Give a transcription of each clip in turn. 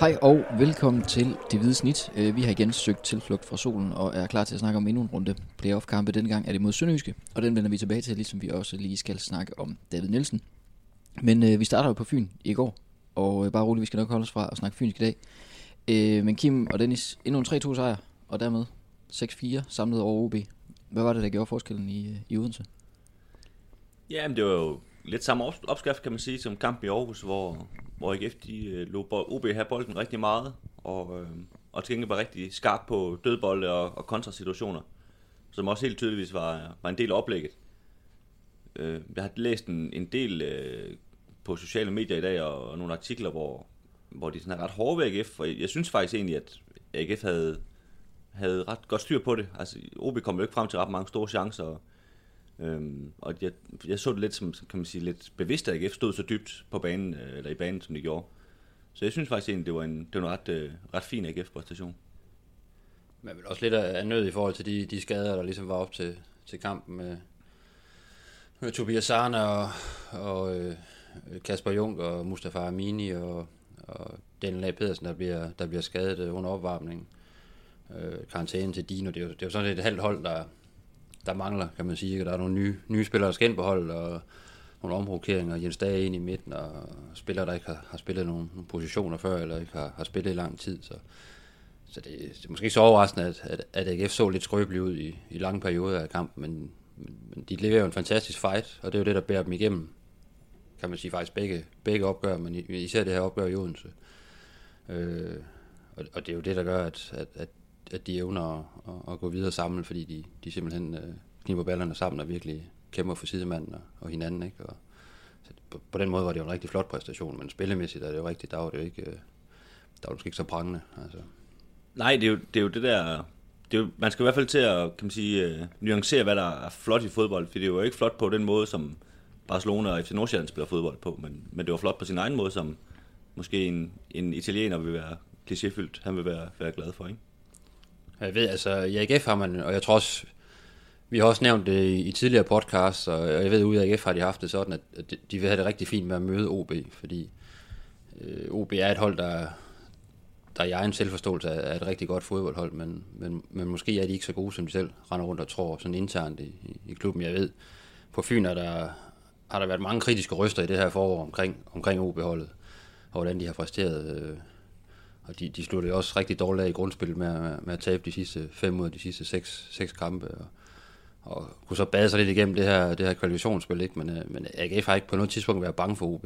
Hej og velkommen til Det Hvide Snit. Vi har igen søgt tilflugt fra solen og er klar til at snakke om endnu en runde playoff-kampe. Denne gang er det mod Sønderjyske, og den vender vi tilbage til, ligesom vi også lige skal snakke om David Nielsen. Men vi starter jo på Fyn i går, og bare roligt, vi skal nok holde os fra at snakke fynsk i dag. Men Kim og Dennis, endnu en 3-2 sejr, og dermed 6-4 samlet over OB. Hvad var det, der gjorde forskellen i Odense? Jamen, det var jo lidt samme opskrift, kan man sige, som kampen i Aarhus, hvor AGF de lå OB have bolden rigtig meget, og til gengæld var rigtig skarp på dødbolde og kontrasituationer, som også helt tydeligvis var en del af oplægget. Jeg har læst en del på sociale medier i dag, og nogle artikler, hvor de sådan er ret hårde ved AGF, og jeg synes faktisk egentlig, at AGF havde ret godt styr på det. Altså, OB kom jo ikke frem til ret mange store chancer, og jeg så det lidt som, kan man sige, lidt bevidst, at AGF stod så dybt på banen, eller i banen, som de gjorde. Så jeg synes faktisk egentlig, det var en ret fin AGF-præstation. Men vel også lidt af nød i forhold til de skader, der ligesom var op til kampen med Tobias Sarne og Kasper Jung og Mustafa Amini og Daniel A. Pedersen, der bliver skadet under opvarmningen. Karantæne til Dino, det er jo sådan et halvt hold, der mangler, kan man sige. Der er nogle nye spillere, der skal ind på holdet, og nogle omrokeringer. Jens Dage ind i midten, og spillere, der ikke har spillet nogle positioner før, eller ikke har spillet i lang tid. Så det er måske ikke så overraskende, at AGF så lidt skrøbeligt ud i lange perioder af kampen, men de leverer jo en fantastisk fight, og det er jo det, der bærer dem igennem, kan man sige, faktisk begge opgør, men især det her opgør i Odense. Og det er jo det, der gør, at de evner at gå videre sammen, fordi de simpelthen kniber ballerne sammen og virkelig kæmper for sidemanden og hinanden, ikke? Og så på den måde var det jo en rigtig flot præstation, men spillemæssigt er det jo rigtigt, der var det måske ikke så prangende. Altså. Nej, det er jo det der. Man skal i hvert fald til at, kan man sige, nuancere, hvad der er flot i fodbold, for det er jo ikke flot på den måde, som Barcelona og FC Nordsjælland spiller fodbold på, men det var flot på sin egen måde, som måske en italiener vil være klichéfyldt, han vil være glad for, ikke? Jeg ved, altså i AGF har man, og jeg tror også, vi har også nævnt det i tidligere podcasts, og jeg ved, ude af AGF har de haft det sådan, at de vil have det rigtig fint med at møde OB, fordi OB er et hold, der i egen selvforståelse er et rigtig godt fodboldhold, men måske er de ikke så gode, som de selv render rundt og tror, sådan internt i klubben. Jeg ved, på Fyn har der været mange kritiske røster i det her forår omkring OB-holdet, og hvordan de har præsteret. Og de sluttede jo også rigtig dårligt af i grundspillet med at tabe de sidste 5 ud af de sidste 6 kampe. Og kunne så bade sig lidt igennem det her kvalifikationsspil, ikke? Men AGF har ikke på noget tidspunkt været bange for OB.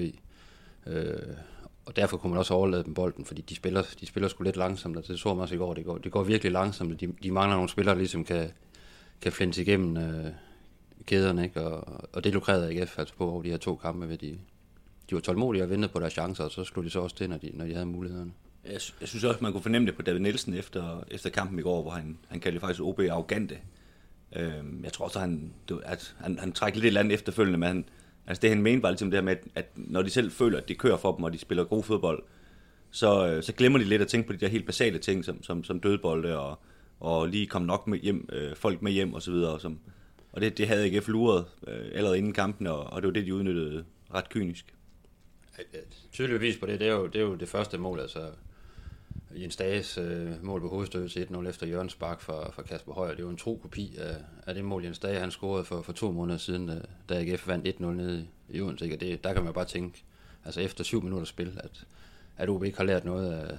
Og derfor kunne man også overlade dem bolden, fordi de spiller sgu lidt langsomt, og det så man også i går. Det går virkelig langsomt, de mangler nogle spillere, der ligesom kan flænse igennem kæderne, ikke? Og det lukrerede AGF altså på over de her 2 kampe, ved de var tålmodige og ventede på deres chancer, og så slog de så også til, når de havde mulighederne. Jeg synes også, man kunne fornemme det på David Nielsen efter kampen i går, hvor han kaldte faktisk OB arrogante. Jeg tror også, at han trækker lidt et eller andet efterfølgende, men altså det han mente var ligesom det her med, at når de selv føler, at de kører for dem, og de spiller god fodbold, så glemmer de lidt at tænke på de der helt basale ting, som dødbolde og lige komme nok med hjem, folk med hjem og så videre. Og det havde AGF luret allerede inden kampen, og det var det, de udnyttede ret kynisk. Tydeligvis på det er jo det første mål, altså Jens Dages mål på hovedstødet til 1-0 efter Jørgens spark fra Kasper Højer. Det er jo en tro kopi af det mål, Jens Dage han scorede for 2 måneder siden, da AGF vandt 1-0 nede i Odense. Og der kan man bare tænke, altså efter 7 minutter spil, at OB ikke har lært noget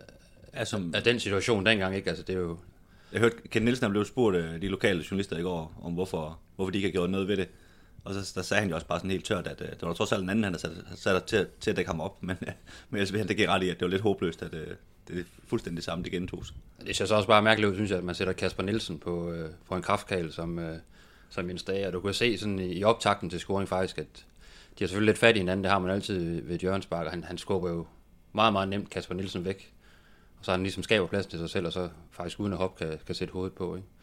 af den situation dengang, ikke? Altså det er jo... Jeg hørte, Ken Nielsen blev spurgt af de lokale journalister i går, om hvorfor de ikke har gjort noget ved det. Og så der sagde han jo også bare sådan helt tørt, at det var trods alt en anden, han havde sat til at dække ham op. Men ellers vil han det give ret i, at det var lidt håbløst, at det er fuldstændig samme, det gentog sig. Det ser så også bare mærkeligt ud, synes jeg, at man sætter Kasper Nielsen på en kraftkagel som Jens Dage. Og du kan se sådan i optakten til scoring faktisk, at de har selvfølgelig lidt fat i hinanden. Det har man altid ved Jørgens spark, og han skubber jo meget, meget nemt Kasper Nielsen væk. Og så han ligesom skaber plads til sig selv, og så faktisk uden at hoppe kan sætte hovedet på, ikke?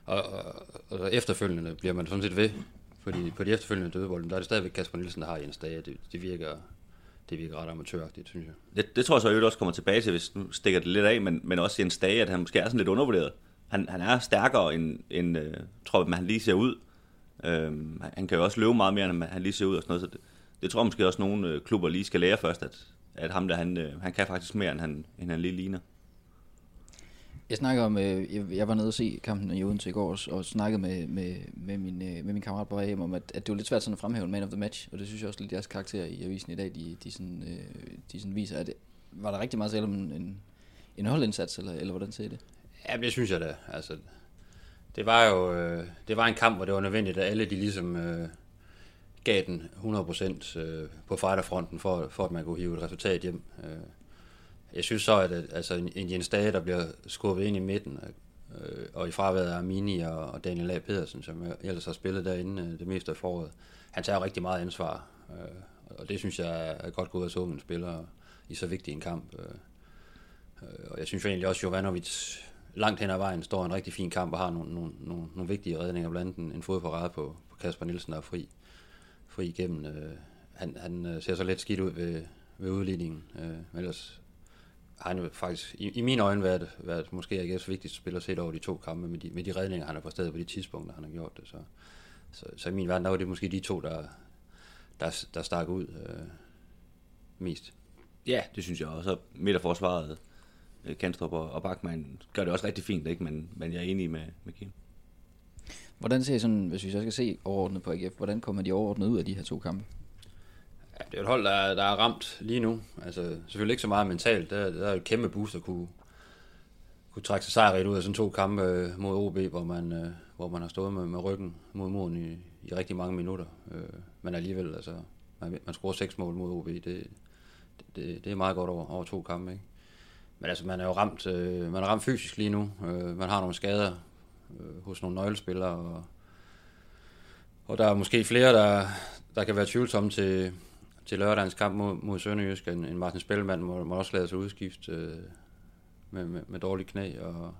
Og efterfølgende bliver man sådan set ved, fordi på de efterfølgende dødbolde, der er det stadigvæk Kasper Nielsen, der har Jens Dage. Det virker ret amatøragtigt, synes jeg. Det tror jeg så også kommer tilbage til, hvis du stikker det lidt af, men også Jens Dage, at han måske er sådan lidt undervurderet. Han er stærkere end tror jeg, han lige ser ud. Han kan jo også løbe meget mere, end han lige ser ud og sådan noget, så det tror jeg måske også nogle klubber lige skal lære først, at ham der, han kan faktisk mere, end han lige ligner. Jeg snakker om, jeg var nede og se kampen i Odense i går, og snakkede med min kammerat på vej hjem om, at det var lidt svært sådan at fremhæve en man of the match, og det synes jeg også lidt deres karakter i avisen i dag, de sådan viser, at var der rigtig meget selv om en holdindsats, eller hvordan ser I det? Ja, det synes jeg da. Altså, det var en kamp, hvor det var nødvendigt, at alle de ligesom gav den 100% på fighterfronten, for at man kunne hive et resultat hjem. Jeg synes så, at altså, en Jens Dage, der bliver skubbet ind i midten, og i fraværet af Armini og Daniel A. Pedersen, som ellers har spillet derinde det meste af foråret, han tager rigtig meget ansvar, og det synes jeg er godt gået at så en spiller i så vigtig en kamp. Og jeg synes egentlig også, at Jovanovic langt hen ad vejen står en rigtig fin kamp og har nogle vigtige redninger, blandt andet en fodparade på Kasper Nielsen, der er fri igennem. Han ser så lidt skidt ud ved udligningen, men ellers har han faktisk i mine øjne været måske AGF's vigtigste spiller set over de 2 kampe med de redninger, han har præsteret på de tidspunkter, han har gjort det. Så i min verden, der var det måske de 2, der stak ud mest. Ja, det synes jeg også. Midterforsvaret, Kanstrup og Bachmann gør det også rigtig fint, ikke? Men jeg er enig med Kim. Hvordan ser I sådan, hvis vi så skal se overordnet på AGF, hvordan kommer de overordnet ud af de her 2 kampe? Ja, det er et hold, der er ramt lige nu. Altså, selvfølgelig ikke så meget mentalt. Der er et kæmpe boost at kunne trække sig sejrigt ud af sådan 2 kampe mod OB, hvor man har stået med ryggen mod muren i rigtig mange minutter. Men alligevel, altså, man scorer 6 mål mod OB. Det er meget godt over 2 kampe, ikke? Men altså, man er jo ramt fysisk lige nu. Man har nogle skader hos nogle nøglespillere, og der er måske flere, der kan være tvivlsomme til lørdagens kamp mod Sønderjysk. En Martin Spellemann må også lade sig udskifte med dårlig knæ,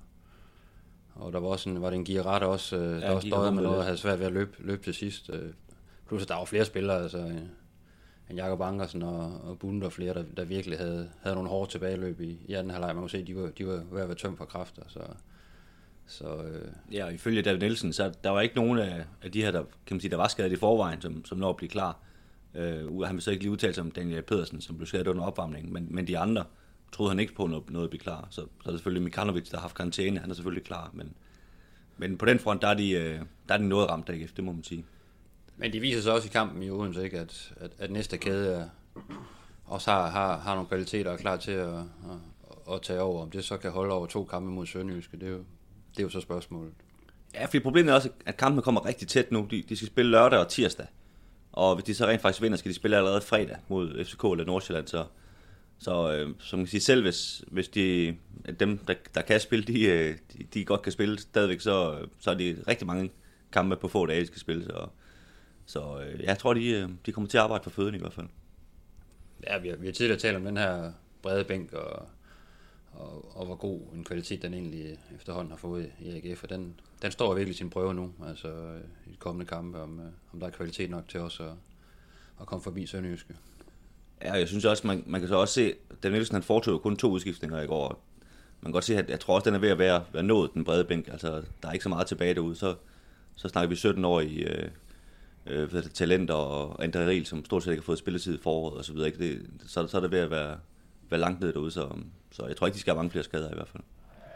og der var også var det en Giarat også, der også døde med noget og havde svært ved at løbe til sidst. Plus at der var flere spillere, altså en Jakob Ankersen og Bunde og flere, der virkelig havde nogle hårde tilbageløb i anden halvleg. Man kunne se, de var ved at være tømt for kræfter. Ja, og ifølge David Nielsen, så der var ikke nogen af de her, der, kan man sige, der var skadet i forvejen, som når at blive klar. Han vil så ikke lige udtale sig om Daniel Pedersen, som blev skadet under opvarmningen, men de andre troede han ikke på noget at blive klar. Så er det selvfølgelig Mikanovic, der har haft karantæne, han er selvfølgelig klar, men på den front, der er de noget ramt af, det må man sige. Men det viser sig også i kampen i Odense, ikke, at næste kæde også har nogle kvaliteter og er klar til at tage over. Om det så kan holde over 2 kampe mod Sønderjyske, det er jo så spørgsmålet. Ja, for problemet er også, at kampene kommer rigtig tæt nu. De skal spille lørdag og tirsdag. Og hvis de så rent faktisk vinder, skal de spille allerede fredag mod FCK eller Nordsjælland. Så som man kan sige, selv hvis dem, der kan spille, de godt kan spille stadigvæk, så er det rigtig mange kampe på få dage, de skal spille. Så jeg tror, de kommer til at arbejde for føden i hvert fald. Ja, vi har tidligere talt om den her brede bænk, og hvor god en kvalitet den egentlig efterhånden har fået i AGF, og den står virkelig sin prøve nu, altså i de kommende kampe, om der er kvalitet nok til os at komme forbi Sønderjyske. Ja, jeg synes også, man kan så også se, at David Nielsen han foretog jo kun 2 udskiftninger i går. Man kan godt se, at jeg tror også, den er ved at være nået, den brede bænk. Altså, der er ikke så meget tilbage derude. Så snakker vi 17-årige talenter og André Riel, som stort set ikke har fået spilletid i foråret og så videre. Ikke? Så er det ved at være langt ned derude, så jeg tror ikke, de skal have mange flere skader i hvert fald.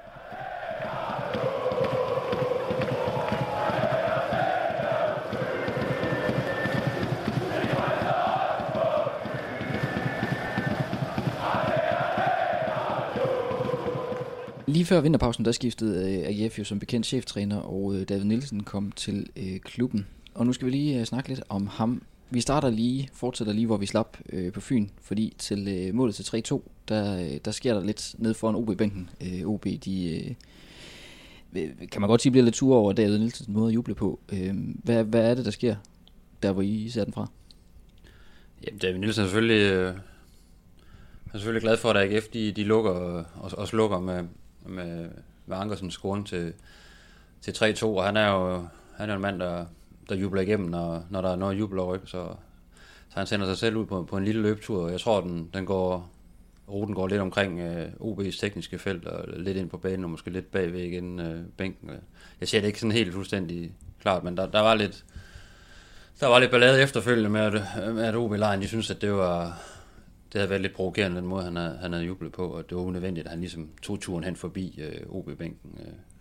Lige før vinterpausen, der skiftede AGF jo som bekendt cheftræner, og David Nielsen kom til klubben. Og nu skal vi lige snakke lidt om ham. Vi fortsætter lige, hvor vi slap på Fyn, fordi til målet til 3-2, der sker der lidt ned foran OB-bænken. OB, de kan man godt sige, bliver lidt sure over David Nielsens måde at juble på. Hvad er det, der sker, der hvor I ser den fra? Jamen, David Nielsen er selvfølgelig glad for, at AGF de lukker og slukker med Ankersens scoring til 3-2, og han er jo en mand, der jubler igennem, når der er noget jubel over, så han sender sig selv ud på en lille løbetur, og jeg tror, ruten går lidt omkring OB's tekniske felt, og lidt ind på banen, og måske lidt bagved igen bænken. Jeg ser det ikke sådan helt fuldstændig klart, men der var lidt ballade efterfølgende med, at OB-lejen, de synes, at det havde været lidt provokerende, den måde, han havde jublet på, og det var unødvendigt, at han ligesom tog turen hen forbi OB-bænken.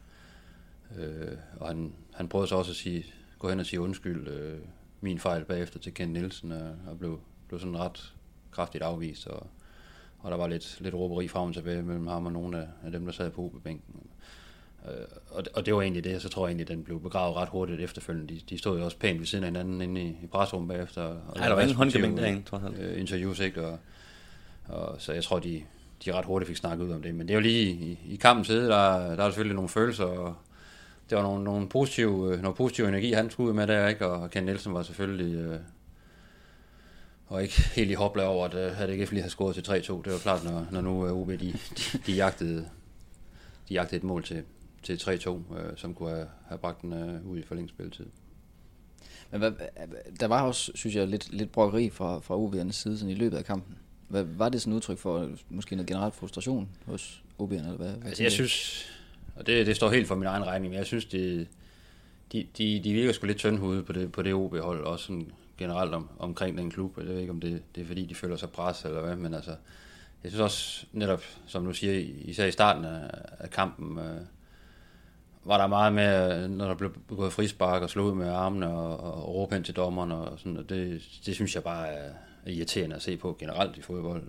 Og han prøvede så også at gå hen og sige undskyld, min fejl bagefter til Ken Nielsen, og blev sådan ret kraftigt afvist, og der var lidt råberi frem og tilbage mellem ham og nogle af dem, der sad på OB-bænken. Og det var egentlig det, så tror jeg egentlig, den blev begravet ret hurtigt efterfølgende. De stod jo også pænt ved siden af hinanden inde i presrummet bagefter. Og der var ingen håndgemæng derinde, tror jeg. Interviews, ikke? Og så jeg tror, de ret hurtigt fik snakket ud om det. Men det er jo lige i kampens side, der er selvfølgelig nogle følelser, og det var nogle positive energi, han skulle ud med der, ikke? Og Ken Nielsen var selvfølgelig og ikke helt i hopla over, at AGF lige havde scoret til 3-2. Det var klart, når nu OB de jagtede et mål til 3-2, som kunne have bragt den ud i forlængspilletid. Men der var også, synes jeg, lidt brokkeri fra OB'ernes side sådan i løbet af kampen. Var det sådan et udtryk for måske noget generelt frustration hos OB'erne? Eller hvad altså, jeg synes, og det står helt for min egen regning, men jeg synes, de virker sgu lidt tyndhudet på det OB-hold, også sådan generelt omkring den klub. Jeg ved ikke, om det er fordi, de føler sig presset eller hvad, men altså, jeg synes også netop, som du siger, især i starten af kampen, var der meget med, når der blev begået frispark og slået ud med armene og råbe hen til dommeren og sådan, og det synes jeg bare er irriterende at se på generelt i fodbold.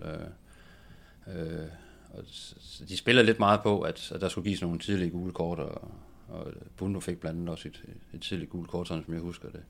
Og de spillede lidt meget på, at der skulle gives nogle tidlige gule kort, og Bundo fik blandt andet også et tidligt gule kort, sådan som jeg husker det.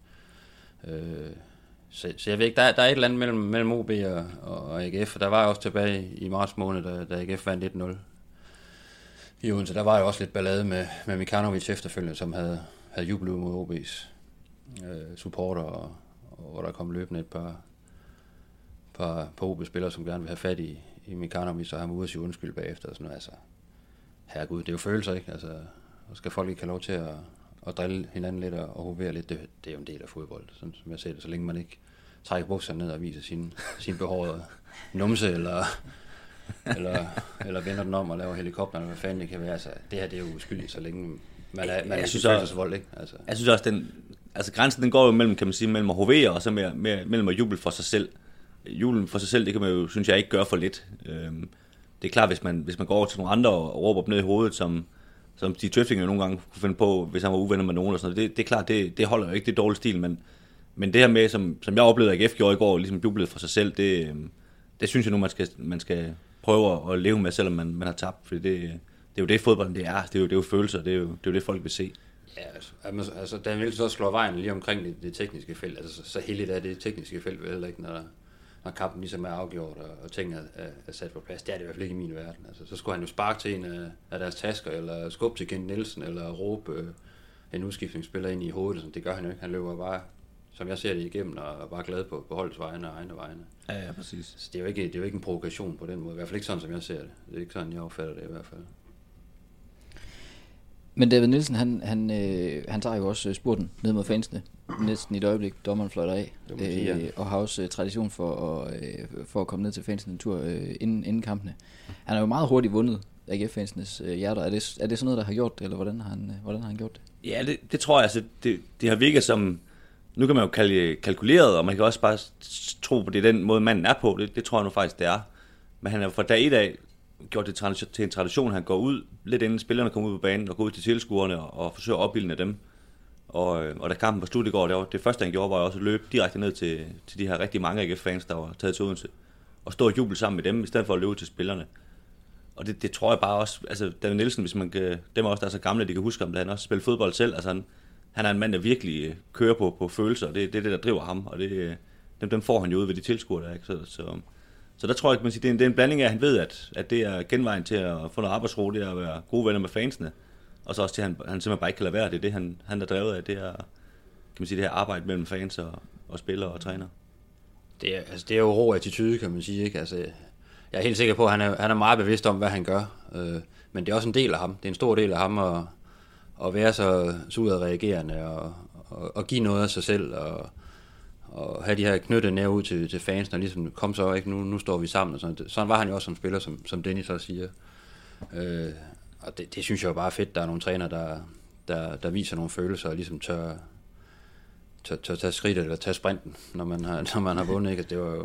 Så jeg ved ikke, der er et eller andet mellem OB og AGF, og der var også tilbage i marts måned, da AGF vandt 1-0 i Odense. Der var jo også lidt ballade med Mikanovic efterfølgende, som havde jublet mod OB's supporter, og hvor der kom løbende et par OB-spillere, som gerne vil have fat i Mikanovic, og han var ude at sige undskyld bagefter. Og sådan noget. Altså, herregud, det er jo følelser, ikke? Altså, og skal folk ikke have lov til at drille hinanden lidt og hovere lidt, det er jo en del af fodbold, sådan som jeg ser det. Så længe man ikke trækker bukserne ned og viser sin behårede numse, eller vender den om og laver helikopteren, eller hvad fanden det kan være. Altså, det her, det er jo uskyldigt, så længe man er følelsesvold, ikke? Altså. Jeg synes også, grænsen den går jo mellem, kan man sige, mellem at hovere og så mellem at juble for sig selv. Julen for sig selv, det kan man jo, synes jeg, ikke gøre for lidt. Det er klart, hvis man går over til nogle andre og råber op ned i hovedet, som Stig Tøfting nogle gange kunne finde på, hvis han var uvenner med nogen og sådan noget. Det er klart, det holder jo ikke, det er dårlig stil, men det her med, som jeg oplevede, at AGF gjorde i går, ligesom jublede for sig selv, det synes jeg nu, man skal prøve at leve med, selvom man har tabt, for det er jo det fodbolden det er. Det er jo følelser, det er jo det folk vil se. Ja, altså Dan Nielsen også slår vejen lige omkring det tekniske felt, altså så heldigt er det tekniske felt vel heller ikke, når kampen ligesom er afgjort, og tingene er sat på plads. Det er det i hvert fald ikke i min verden. Altså, så skulle han jo sparke til en af deres tasker, eller skubbe til Ken Nielsen, eller råbe en udskiftningsspiller ind i hovedet. Sådan. Det gør han jo ikke. Han løber bare, som jeg ser det igennem, og er bare glad på holdets vegne og egne vegne. Ja, præcis. Så det er jo ikke en provokation på den måde. I hvert fald ikke sådan, som jeg ser det. Det er ikke sådan, jeg opfatter det i hvert fald. Men David Nielsen, han tager jo også spurten ned mod fansene, næsten i et øjeblik, dommeren fløjter af, og har også tradition for at komme ned til fansene en tur inden kampene. Han har jo meget hurtigt vundet AGF-fansenes hjerter. Er det sådan noget, der har gjort det, eller hvordan har han gjort det? Ja, det tror jeg, altså, det har virket som, nu kan man jo kalkuleret, og man kan også bare tro på, det er den måde, manden er på. Det tror jeg nu faktisk, det er. Men han er fra dag 1 af gjort det til en tradition, han går ud, lidt inden spillerne kommer ud på banen, og går ud til tilskuerne og forsøger at opbilde af dem. Og da kampen var slut i går, det første han gjorde, var også at løbe direkte ned til de her rigtig mange AGF-fans, der var taget til Odense, og stå og juble sammen med dem, i stedet for at løbe til spillerne. Og det tror jeg bare også, altså David Nielsen, hvis man kan, dem også der er så gamle, de kan huske ham, da han også spiller fodbold selv, altså han er en mand, der virkelig kører på følelser, og det er det, der driver ham, og dem får han jo ud ved de tilskuere der, ikke? Så der tror jeg, at man siger, det er en blanding af, at han ved, at det er genvejen til at få noget arbejdsro, det er at være gode venner med fansene, og så også til, at han simpelthen bare ikke kan lade være. Det er det, han er drevet af, det er, kan man sige, det her arbejde mellem fans og spillere og træner. Det er jo rå attitude, kan man sige, ikke? Altså, jeg er helt sikker på, at han er meget bevidst om, hvad han gør, men det er også en del af ham. Det er en stor del af ham at være så udadreagerende og give noget af sig selv, og have de her knyttede nære ud til fans, og ligesom kom så ikke, nu står vi sammen. Og sådan var han jo også som spiller, som Dennis så siger. Og det synes jeg jo bare er fedt. Der er nogle træner, der viser nogle følelser, og ligesom tør tage skridt eller tage sprinten, når man har vundet. Ikke? Det var jo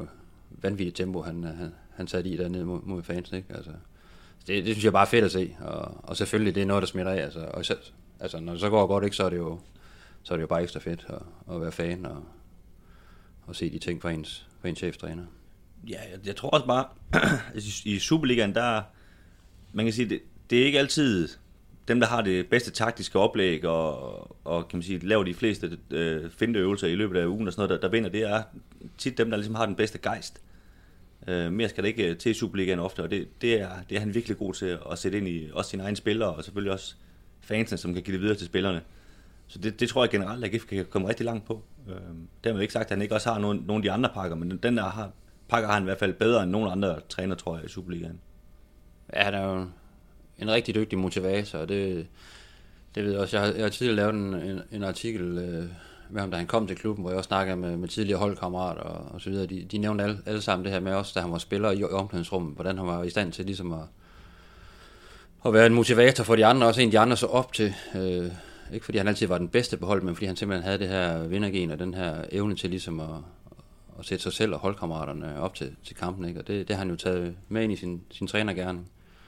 vanvittigt tempo, han satte i dernede mod fans, ikke? Altså, det synes jeg bare er fedt at se, og selvfølgelig det er noget, der smitter af, altså når det så går godt, ikke, så er det jo bare ekstra fedt at være fan og se de ting fra ens cheftræner. Ja, jeg tror også bare, i Superligaen, der, man kan sige, det er ikke altid dem, der har det bedste taktiske oplæg, og kan man sige, laver de fleste finteøvelser i løbet af ugen og sådan noget, der vinder, det er tit dem, der ligesom har den bedste gejst. Mere skal det ikke til Superligaen ofte, og det er han virkelig god til at sætte ind i også sine egne spillere, og selvfølgelig også fansene, som kan give det videre til spillerne. Så det tror jeg generelt, at AGF kan komme rigtig langt på. Dermed ikke sagt, at han ikke også har nogle af de andre pakker, men den der pakker har han i hvert fald bedre end nogle andre træner, tror jeg, i Superligaen. Ja, han er jo en rigtig dygtig motivator, og det ved jeg også. Jeg har tidligere lavet en artikel med ham, da han kom til klubben, hvor jeg også snakkede med tidligere holdkammerater og så videre. De nævnte alle sammen det her med også, da han var spiller i omklædningsrummet, hvordan han var i stand til ligesom at være en motivator for de andre, også en af de andre så op til. Ikke fordi han altid var den bedste på holdet, men fordi han simpelthen havde det her vindergen og den her evne til ligesom at sætte sig selv og holdkammeraterne op til kampen, ikke? Og det har han jo taget med ind i sin trænergerning.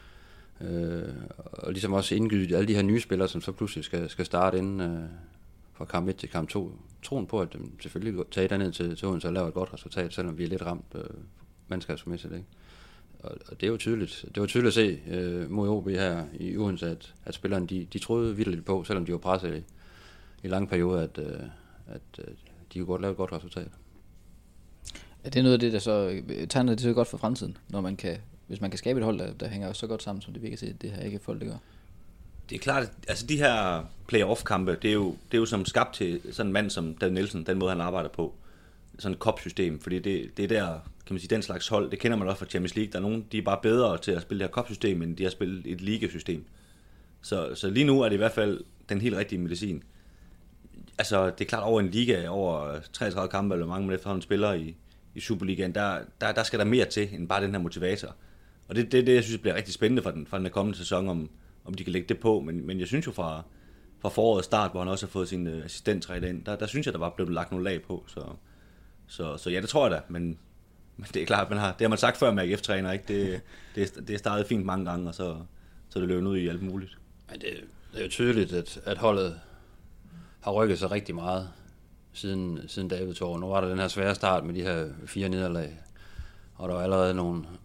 Og ligesom også indgyde alle de her nye spillere, som så pludselig skal starte inden fra kamp 1 til kamp 2. Troen på, at de selvfølgelig tager derned til Odense og laver et godt resultat, selvom vi er lidt ramt mandskabsmæssigt, ikke? Og det er jo tydeligt. Det var tydeligt at se mod OB her i Odense, at spillerne de troede vildt på, selvom de var presset i lange perioder, at de kunne godt lave et godt resultat. Er det noget af det, der så tegner det så godt for fremtiden, når man kan, hvis man kan skabe et hold, der hænger så godt sammen, som det virker til, det her ikke folk, det gør? Det er klart, altså de her play-off-kampe, det er jo som skabt til sådan en mand som David Nielsen, den måde han arbejder på, sådan et cup-system, fordi det er der, kan man sige, den slags hold, det kender man også fra Champions League, der er nogen, de er bare bedre til at spille det her cup-system, end de har spillet et ligasystem. Så lige nu er det i hvert fald den helt rigtige medicin. Altså det er klart, over en liga, over 33 kampe, eller mange man efterhånden spiller i Superligaen, der skal der mere til, end bare den her motivator. Og det jeg synes bliver rigtig spændende fra den kommende sæson, om de kan lægge det på, men jeg synes jo fra forårets start, hvor han også har fået sin assistenttræner ind, der synes jeg, der var blevet lagt nogle lag på, så ja, det tror jeg da, men det er klart, det har man sagt før med AGF-træner, ikke? Det er startet fint mange gange, og så er det løbet ud i alt muligt. Men det er jo tydeligt, at holdet har rykket sig rigtig meget siden David tog over. Nu var der den her svære start med de her 4 nederlag, og der var allerede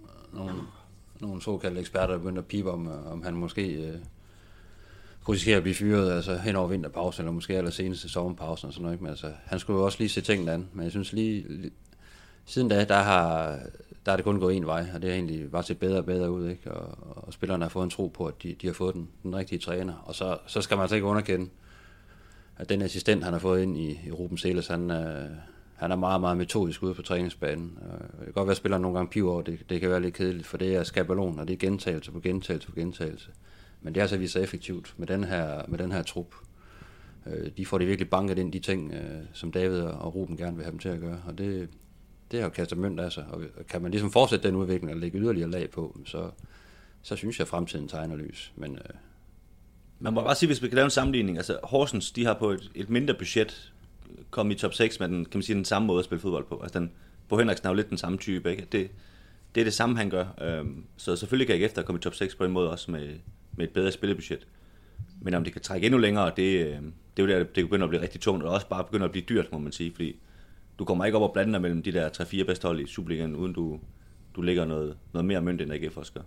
nogle såkaldte eksperter, der begyndte at pipe om han måske kunne risikere at blive fyret altså hen over vinterpausen, eller måske aller seneste sommerpausen og sådan noget. Men altså, han skulle jo også lige se tingene an. Men jeg synes lige siden da, der er det kun gået en vej, og det har egentlig bare set bedre og bedre ud, ikke? Og spillerne har fået en tro på, at de har fået den rigtige træner. Og så skal man altså ikke underkende, at den assistent, han har fået ind i Ruben Seles, han er meget, meget metodisk ude på træningsbanen. Det kan godt være, at spillerne nogle gange piver over, det kan være lidt kedeligt, for det er skabelon, og det er gentagelse på gentagelse på gentagelse. Men det er altså vist så effektivt med den her trup. De får det virkelig banket ind, de ting, som David og Ruben gerne vil have dem til at gøre. Og det har jo kastet mønt af sig. Og kan man ligesom fortsætte den udvikling og lægge yderligere lag på, så synes jeg, at fremtiden tegner lys. Men man må bare sige, hvis vi kan lave en sammenligning. Altså Horsens, de har på et mindre budget kommet i top 6 med den samme måde at spille fodbold på. Altså Bo Henriksen er jo lidt den samme type, ikke? Det er det samme, han gør. Så selvfølgelig kan jeg efter komme i top 6 på en måde også med et bedre spillebudget. Men om det kan trække endnu længere, det er jo der, det begynder at blive rigtig tungt, og også bare begynder at blive dyrt, må man sige, fordi du kommer ikke op og blande dig mellem de der 3-4 bedste hold i Superligaen, uden du lægger noget mere mønt, end AGF også gør.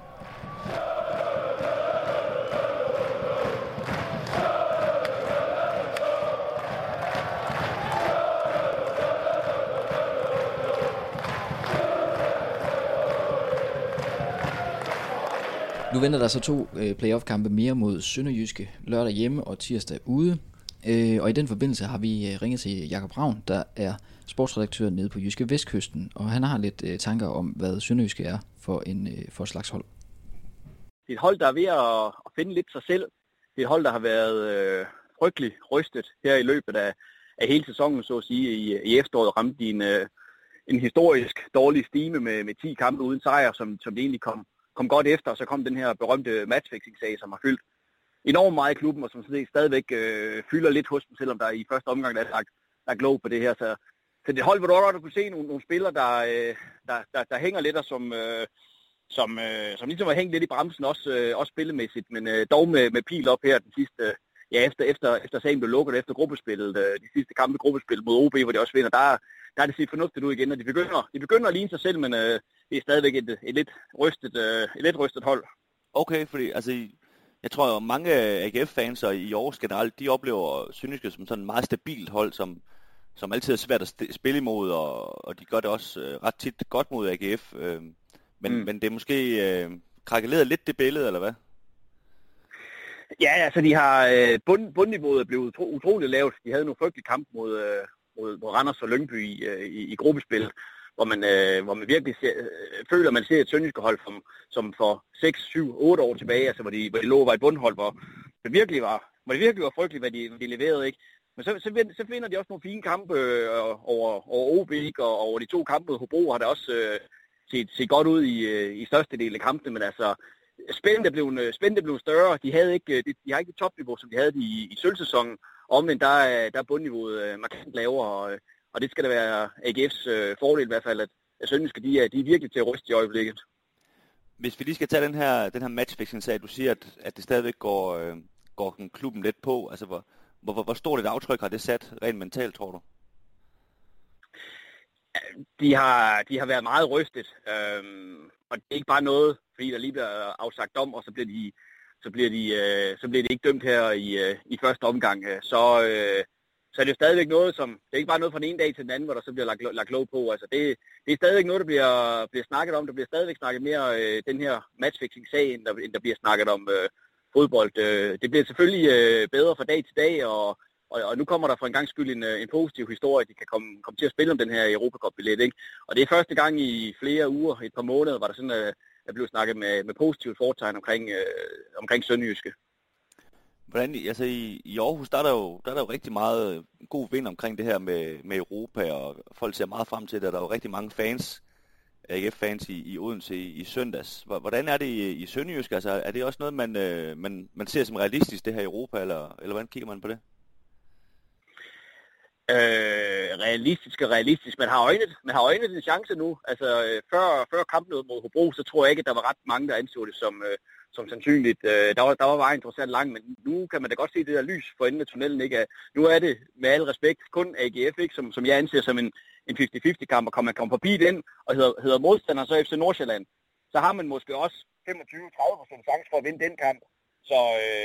Nu venter der så 2 playoff-kampe mere mod Sønderjyske, lørdag hjemme og tirsdag ude. Og i den forbindelse har vi ringet til Jakob Ravn, der er sportsredaktør nede på Jyske Vestkysten, og han har lidt tanker om, hvad Sønderjyske er for et slags hold. Det er et hold, der er ved at finde lidt sig selv. Det er et hold, der har været frygtelig rystet her i løbet af hele sæsonen, så at sige. I efteråret ramte de en historisk dårlig stime med 10 kampe uden sejr, som det egentlig kom godt efter, og så kom den her berømte matchfixing-sag, som har fyldt enormt meget i klubben, og som stadigvæk fylder lidt hos dem, selvom der i første omgang er lagt låg på det her. det er hold, hvor du også kunne se nogle spillere, der hænger lidt, og som ligesom har hængt lidt i bremsen, også spillemæssigt, men dog med pil op her den sidste, efter sagen blev lukket, efter gruppespillet, de sidste kampe gruppespil mod OB, hvor de også vinder, der er det set fornuftigt ud igen, og de begynder at ligne sig selv, men det er stadigvæk et lidt rystet hold. Okay, fordi altså, jeg tror, at mange AGF-fans og i Aarhus generelt, de oplever Sønderjyske som sådan et meget stabilt hold, som altid er svært at spille imod, og de gør det også ret tit godt mod AGF. Men det er måske krakeleret lidt det billede, eller hvad? Ja, altså de har bundniveauet er blevet utroligt lavt. De havde nogle frygtelige kampe mod Randers og Lyngby i gruppespil, hvor man virkelig føler, at man ser et sønderjyske hold som for 6, 7, 8 år tilbage, altså hvor de lå var et bundhold, hvor det virkelig var frygteligt, hvad de leverede, ikke? Men så finder de også nogle fine kampe over OB, og over de 2 kampe mod Hobro har det også set godt ud i største del af kampene, men altså spændende blev større. De har ikke det topniveau, som de havde i sølvsæsonen. Omvendt der er bundniveauet markant lavere, og det skal da være AGF's fordel i hvert fald, at Sønderjyske de er virkelig til at ryste i øjeblikket. Hvis vi lige skal tage den her matchfixing-sag, du siger, at det stadigvæk går klubben lidt på, altså hvor stort et aftryk har det sat rent mentalt, tror du? De har været meget rystet, og det er ikke bare noget, fordi der lige bliver afsagt dom, og så bliver de ikke dømt her i første omgang. Så er det jo stadigvæk noget, det er ikke bare noget fra den ene dag til den anden, hvor der så bliver lagt lov på. Altså det er stadigvæk noget, der bliver snakket om. Der bliver stadigvæk snakket mere den her matchfixing-sag, end der bliver snakket om fodbold. Det bliver selvfølgelig bedre fra dag til dag, og nu kommer der for en gang skyld en positiv historie, de kan komme til at spille om den her Europacup-billet, ikke? Og det er første gang i flere uger, et par måneder, hvor der sådan er blevet snakket med positivt fortegn omkring Sønderjyske. Hvordan, altså i Aarhus, der er der jo rigtig meget god vind omkring det her med Europa, og folk ser meget frem til det, og der er jo rigtig mange fans, AGF-fans i Odense i søndags. Hvordan er det i Sønderjyske? Altså, er det også noget, man ser som realistisk, det her i Europa, eller hvordan kigger man på det? Realistisk. Man har øjnet en chance nu. Altså, før kampen mod Hobro, så tror jeg ikke, at der var ret mange, der anså det som sandsynligt. Der var vejen trods alt lang, men nu kan man da godt se det der lys for enden af tunnelen, ikke? Nu er det med al respekt kun AGF, ikke? Som jeg anser som en 50-50 kamp, og kommer forbi den, og hedder modstander så FC Nordsjælland, så har man måske også 25-30% chance for at vinde den kamp. Så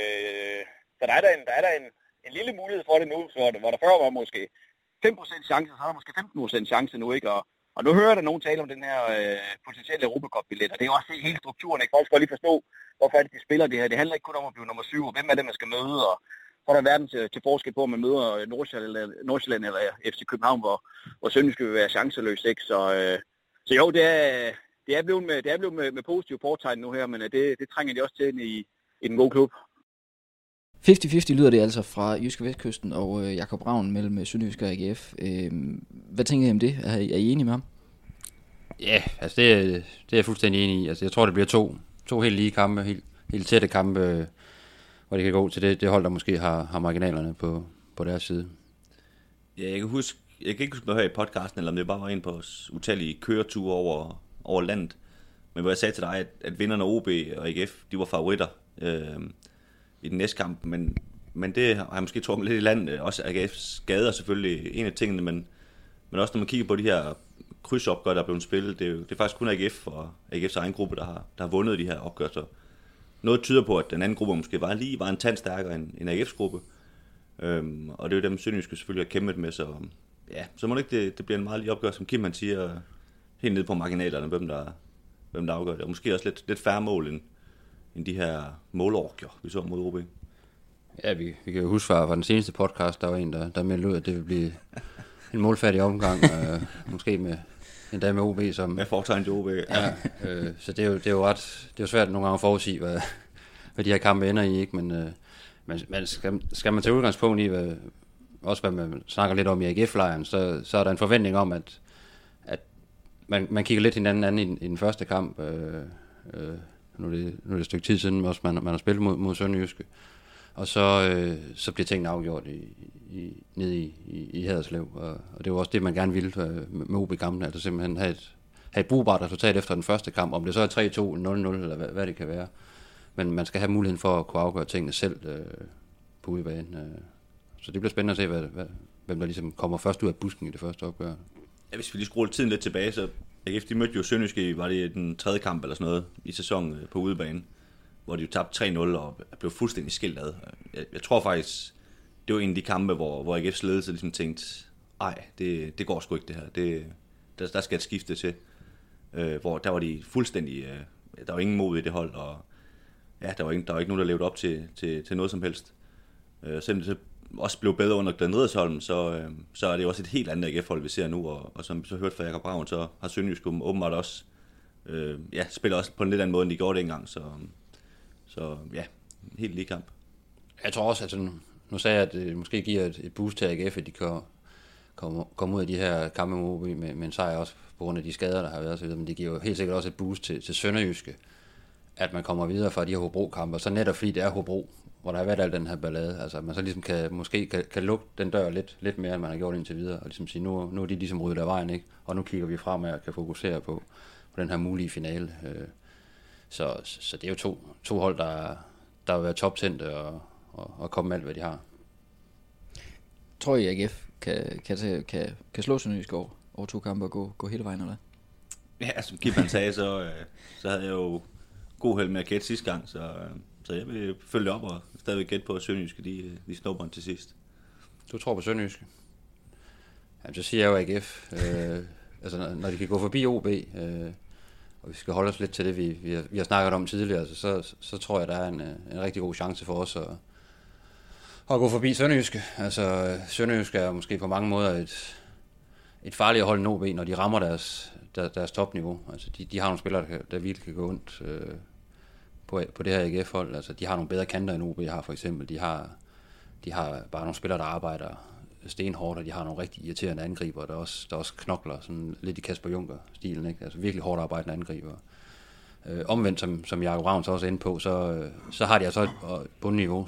der er der en lille mulighed for det nu, hvor der før var måske 5% chance, så er der måske 15% chance nu, ikke? Og nu hører der nogen tale om den her potentielle Europacup-billet, og det er jo også hele strukturen, ikke? Folk skal lige forstå, hvorfor de spiller det her. Det handler ikke kun om at blive nummer 7, og hvem er det, man skal møde, og så er der verden til forskel på, om man møder Nordsjælland eller FC København, hvor Sønderjyske vil være chanceløs, ikke? Så jo, det er blevet med positive fortegn nu her, men det trænger de også til ind i den gode klub. 50-50 lyder det altså fra Jyske Vestkysten og Jakob Ravn mellem Sønderjyske og AGF. Hvad tænker I om det? Er I enige med ham? Ja, altså det er jeg fuldstændig enig i. Altså jeg tror, det bliver to helt lige kampe, helt tætte kampe, hvor det kan gå til det hold, der måske har marginalerne på deres side. Ja, jeg kan ikke huske, hvad jeg i podcasten, eller om det bare var en på utallige køreture over landet. Men hvor jeg sagde til dig, at vinderne OB og AGF, de var favoritter i den næste kamp, men det har jeg måske trukket lidt i land. Også AGF skader selvfølgelig en af tingene, men også når man kigger på de her krydsopgør, der er blevet spillet, det er faktisk kun AGF og AGF's egen gruppe, der har vundet de her opgør. Så noget tyder på, at den anden gruppe måske var en tand stærkere end AGF's gruppe. Og det er jo dem, Sønderjyske selvfølgelig har kæmpet med, så må det ikke det bliver en meget lige opgør, som Kim han siger, helt ned på marginalerne, hvem der afgør det. Og måske også lidt færre mål end de her målorker, vi så mod OB. Ja, vi kan jo huske fra den seneste podcast, der var en, der meldte ud, at det vil blive en målfattig omgang, måske endda med OB som... Med fortegn til OB. Ja, så det er jo svært nogle gange at forudsige, hvad de her kampe ender i, ikke? Men skal man tage udgangspunkt i, hvad man snakker lidt om i AGF-lejren, så er der en forventning om, at man kigger lidt hinanden an i den første kamp. Nu er det et stykke tid siden, også man har spillet mod Sønderjyske. Og så bliver tingene afgjort nede i Haderslev, og det var også det, man gerne ville med OB-kampen, altså simpelthen have et brugbart resultat efter den første kamp, om det så er 3-2, 0-0, eller hvad det kan være. Men man skal have muligheden for at kunne afgøre tingene selv på udebane. Så det bliver spændende at se, hvem der ligesom kommer først ud af busken i det første opgør. Ja, hvis vi lige skruer tiden lidt tilbage, så AGF, de mødte jo Sønderjyske, var det den tredje kamp eller sådan noget i sæsonen på udebane, hvor de jo tabte 3-0 og blev fuldstændig skilt ad. Jeg tror faktisk, det var en af de kampe, hvor AGF's ledelse ligesom tænkte, ej, det går sgu ikke det her, der skal et skifte til. Hvor der var de fuldstændig, der var ingen mod i det hold, og ja, der var ikke nogen, der levede op til noget som helst. Selvom det også blev bedre under Glenn Riddersholm, så er det også et helt andet AGF-hold, vi ser nu, og som vi så hørt fra Jakob Ravn, så har Sønderjyske åbenbart også spiller også på en lidt anden måde, end de gjorde det engang, så ja, helt lige kamp. Jeg tror også, altså nu sagde jeg, at det måske giver et boost til AGF, at de kan komme ud af de her kampe med OB med en sejr også, på grund af de skader, der har været, så videre, men det giver jo helt sikkert også et boost til Sønderjyske, at man kommer videre fra de her Hobro-kampe, og så netop fordi det er Hobro, hvor der har været al den her ballade, altså at man så ligesom kan lukke den dør lidt mere, end man har gjort indtil videre, og ligesom sige, nu er de ligesom ryddet af vejen, ikke? Og nu kigger vi fremad og kan fokusere på den her mulige finale. Så det er jo to hold, der vil være toptændte og komme med alt, hvad de har. Tror I, AGF kan slå Sønderjyske over 2 kampe og gå hele vejen, eller? Ja, som Kippen sagde, så havde jeg jo god held med at gætte sidste gang, så jeg vil følge op og stadig gætte på, at Sønderjyske de snupper den til sidst. Du tror på Sønderjyske? Jamen, så siger jeg jo AGF. Altså, når de kan gå forbi OB, og vi skal holde os lidt til det, vi har snakket om tidligere, altså, så tror jeg, der er en rigtig god chance for os at gå forbi Sønderjyske. Altså, Sønderjyske er måske på mange måder et farligere hold end OB, når de rammer deres topniveau. Altså, de har nogle spillere, der virkelig kan gå ondt på det her AGF-hold. Altså, de har nogle bedre kanter end OB har, for eksempel. De har bare nogle spillere, der arbejder stenhårdt, og de har nogle rigtig irriterende angriber, der også knokler, sådan lidt i Kasper Juncker-stilen, ikke? Altså virkelig hårdt arbejdende angriber. Omvendt, som Jakob Ravn så også er inde på, så har de altså et bundniveau,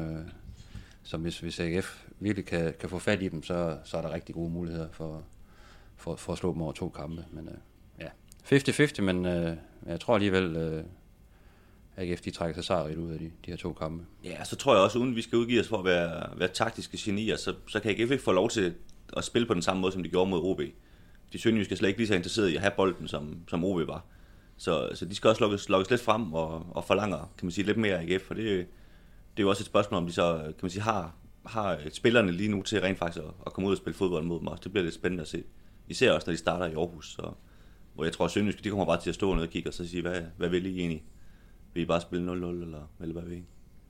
som hvis AGF virkelig kan få fat i dem, så er der rigtig gode muligheder for at slå dem over 2 kampe. Men ja, 50-50, men jeg tror alligevel, AGF de trækker sig sejrigt ud af de her 2 kampe. Ja, så tror jeg også, uden vi skal udgive os for at være taktiske genier, så kan AGF ikke få lov til at spille på den samme måde, som de gjorde mod OB. De Sønderjyske er slet ikke lige så interesserede i at have bolden, som OB var. Så de skal også lukkes lidt frem og forlanger, kan man sige, lidt mere AGF, for det er jo også et spørgsmål, om de så, kan man sige, har spillerne lige nu til rent faktisk at komme ud og spille fodbold mod dem også. Det bliver lidt spændende at se. Især også, når de starter i Aarhus, hvor jeg tror, at Sønderjyske, de kommer bare til at stå ned og kigge og så sige, hvad vil I egentlig? Vil I bare spille 0-0, eller hvad vil I?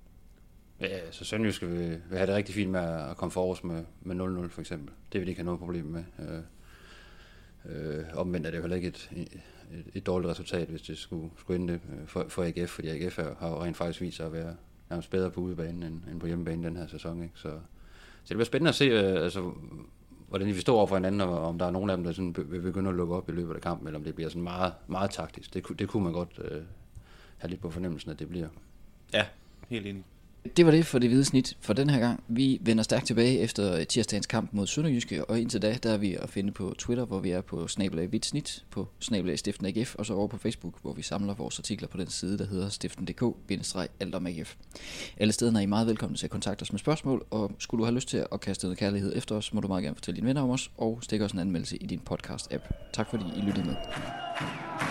Ja, så Sønderjyske vil have det rigtig fint med at komme for med 0-0 for eksempel. Det vil de ikke have noget problem med. Omvendt er det jo heller ikke et dårligt resultat, hvis det skulle ende det for AGF, fordi AGF har jo rent faktisk vist sig at være nærmest bedre på udebanen end på hjemmebane den her sæson, ikke? Så det bliver spændende at se, hvordan de står over for hinanden, og om der er nogen af dem, der sådan vil begynde at lukke op i løbet af kampen, eller om det bliver sådan meget, meget taktisk. Det kunne man godt have lidt på fornemmelsen, at det bliver. Ja, helt enig. Det var det for det hvide snit for den her gang. Vi vender stærkt tilbage efter tirsdagens kamp mod Sønderjyske, og indtil da, der er vi at finde på Twitter, hvor vi er på @hvidsnit, på @stiften AGF, og så over på Facebook, hvor vi samler vores artikler på den side, der hedder stiften.dk-alt om AGF. Alle stederne er I meget velkomne til at kontakte os med spørgsmål, og skulle du have lyst til at kaste noget kærlighed efter os, må du meget gerne fortælle dine venner om os, og stikke os en anmeldelse i din podcast-app. Tak fordi I lyttede med.